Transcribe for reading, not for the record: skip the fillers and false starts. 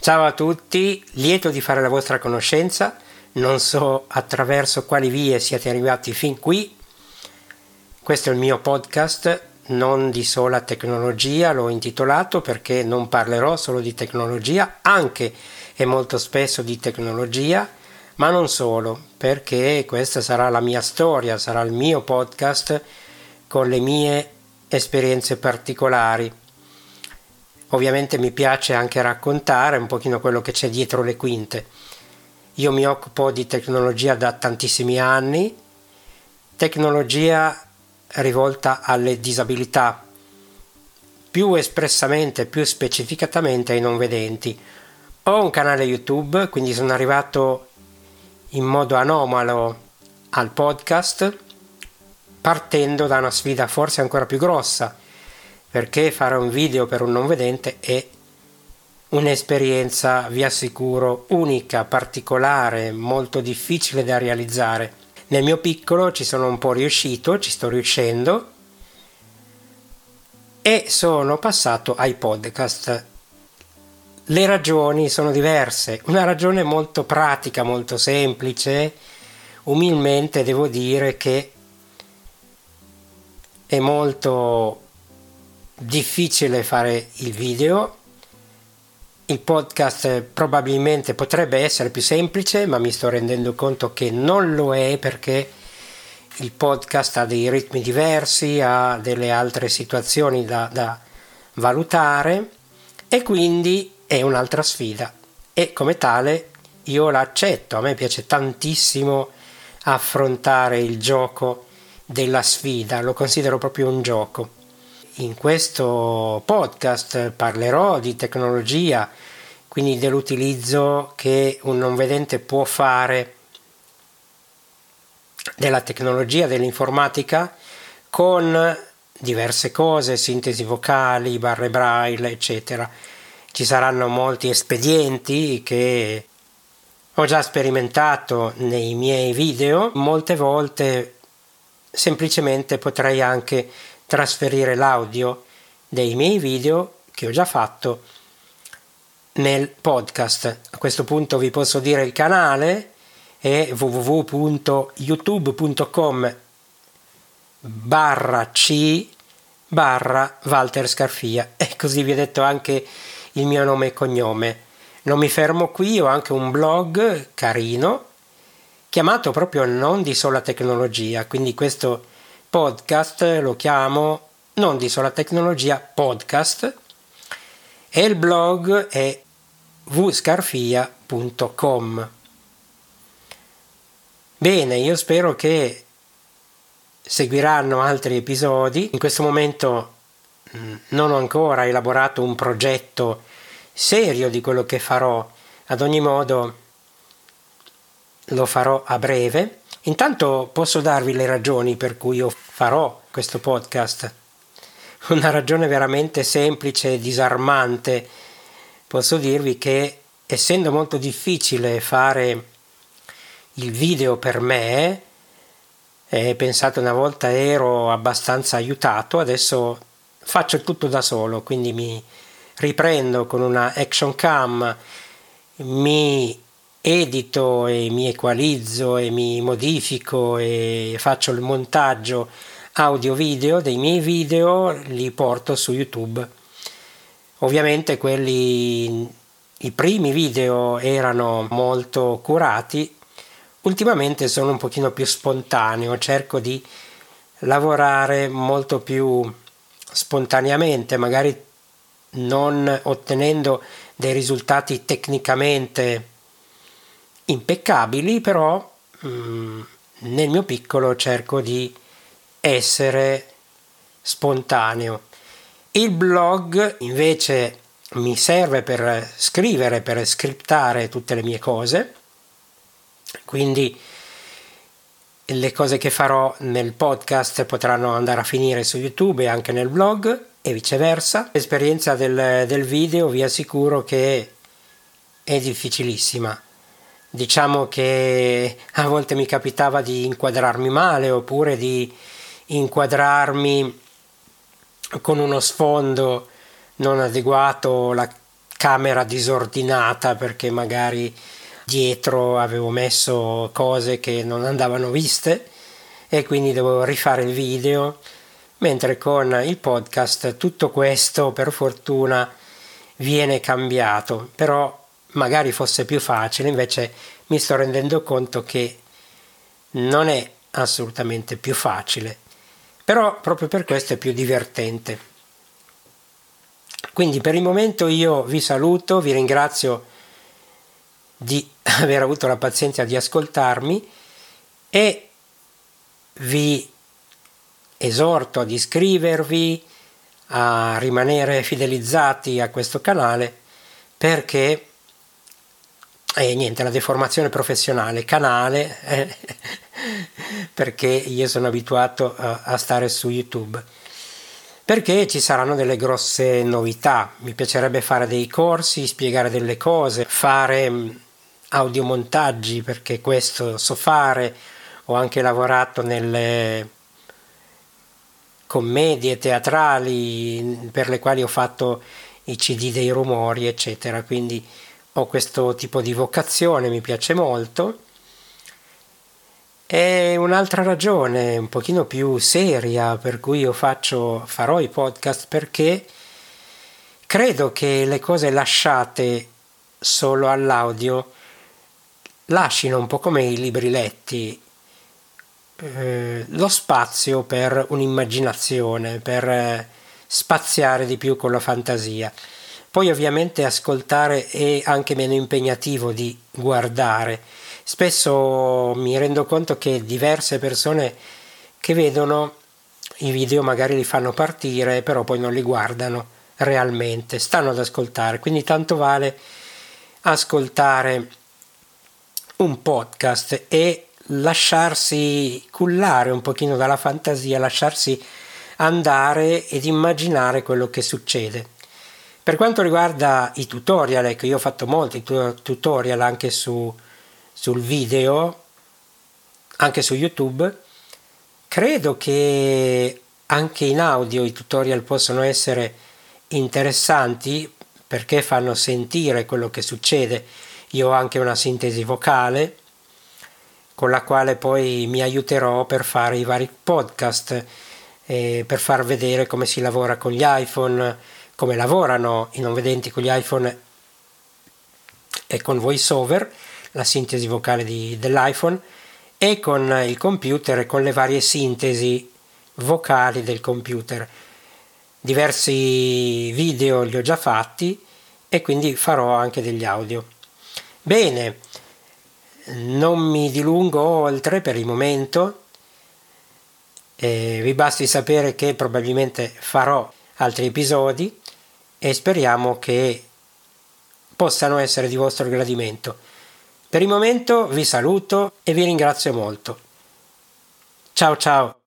Ciao a tutti, lieto di fare la vostra conoscenza. Non so attraverso quali vie siete arrivati fin qui. Questo è il mio podcast, non di sola tecnologia, l'ho intitolato perché non parlerò solo di tecnologia, anche e molto spesso di tecnologia, ma non solo, perché questa sarà la mia storia, sarà il mio podcast con le mie esperienze particolari. Ovviamente mi piace anche raccontare un pochino quello che c'è dietro le quinte. Io mi occupo di tecnologia da tantissimi anni, tecnologia rivolta alle disabilità, più espressamente, più specificatamente ai non vedenti. Ho un canale YouTube, quindi sono arrivato in modo anomalo al podcast, partendo da una sfida forse ancora più grossa, perché fare un video per un non vedente è un'esperienza, vi assicuro, unica, particolare, molto difficile da realizzare. Nel mio piccolo ci sono un po' riuscito, ci sto riuscendo e sono passato ai podcast. Le ragioni sono diverse, una ragione molto pratica, molto semplice. Umilmente devo dire che è molto difficile fare il video. Il podcast probabilmente potrebbe essere più semplice, ma mi sto rendendo conto che non lo è, perché il podcast ha dei ritmi diversi, ha delle altre situazioni da valutare e quindi è un'altra sfida e come tale io l'accetto. A me piace tantissimo affrontare il gioco della sfida, lo considero proprio un gioco. In questo podcast parlerò di tecnologia, quindi dell'utilizzo che un non vedente può fare della tecnologia, dell'informatica, con diverse cose, sintesi vocali, barre braille, eccetera. Ci saranno molti espedienti che ho già sperimentato nei miei video. Molte volte semplicemente potrei anche trasferire l'audio dei miei video che ho già fatto nel podcast. A questo punto vi posso dire il canale è www.youtube.com/c/Walter Scarfia, e così vi ho detto anche il mio nome e cognome. Non mi fermo qui, ho anche un blog carino chiamato proprio Non di sola tecnologia, quindi questo podcast lo chiamo Non di sola tecnologia podcast e il blog è wscarfia.com. Bene, io spero che seguiranno altri episodi. In questo momento non ho ancora elaborato un progetto serio di quello che farò, ad ogni modo lo farò a breve. Intanto posso darvi le ragioni per cui io farò questo podcast. Una ragione veramente semplice e disarmante. Posso dirvi che, essendo molto difficile fare il video per me, pensate, una volta ero abbastanza aiutato, adesso faccio tutto da solo, quindi mi riprendo con una action cam, mi edito e mi equalizzo e mi modifico e faccio il montaggio audio video dei miei video, li porto su YouTube. Ovviamente i primi video erano molto curati, ultimamente sono un pochino più spontaneo, cerco di lavorare molto più spontaneamente, magari non ottenendo dei risultati tecnicamente impeccabili, però nel mio piccolo cerco di essere spontaneo. Il blog invece mi serve per scrivere, per scriptare tutte le mie cose, quindi le cose che farò nel podcast potranno andare a finire su YouTube e anche nel blog e viceversa. L'esperienza del video vi assicuro che è difficilissima. Diciamo che a volte mi capitava di inquadrarmi male, oppure di inquadrarmi con uno sfondo non adeguato, la camera disordinata perché magari dietro avevo messo cose che non andavano viste e quindi dovevo rifare il video, mentre con il podcast tutto questo per fortuna viene cambiato, però magari fosse più facile, invece mi sto rendendo conto che non è assolutamente più facile, però proprio per questo è più divertente. Quindi per il momento io vi saluto, vi ringrazio di aver avuto la pazienza di ascoltarmi e vi esorto ad iscrivervi, a rimanere fidelizzati a questo canale perché niente, la deformazione professionale, canale, perché io sono abituato a stare su YouTube, perché ci saranno delle grosse novità. Mi piacerebbe fare dei corsi, spiegare delle cose, fare audiomontaggi, perché questo so fare. Ho anche lavorato nelle commedie teatrali per le quali ho fatto i CD dei rumori, eccetera, quindi ho questo tipo di vocazione, mi piace molto. E un'altra ragione un pochino più seria per cui io farò i podcast, perché credo che le cose lasciate solo all'audio lasciano un po' come i libri letti lo spazio per un'immaginazione, per spaziare di più con la fantasia. Poi ovviamente ascoltare è anche meno impegnativo di guardare. Spesso mi rendo conto che diverse persone che vedono i video magari li fanno partire, però poi non li guardano realmente, stanno ad ascoltare. Quindi tanto vale ascoltare un podcast e lasciarsi cullare un pochino dalla fantasia, lasciarsi andare ed immaginare quello che succede. Per quanto riguarda i tutorial, ecco, io ho fatto molti tutorial anche sul video, anche su YouTube. Credo che anche in audio i tutorial possono essere interessanti perché fanno sentire quello che succede. Io ho anche una sintesi vocale con la quale poi mi aiuterò per fare i vari podcast, per far vedere come si lavora con gli iPhone, come lavorano i non vedenti con gli iPhone e con VoiceOver, la sintesi vocale dell'iPhone, e con il computer e con le varie sintesi vocali del computer. Diversi video li ho già fatti e quindi farò anche degli audio. Bene, non mi dilungo oltre per il momento, vi basti sapere che probabilmente farò altri episodi e speriamo che possano essere di vostro gradimento. Per il momento vi saluto e vi ringrazio molto. Ciao ciao!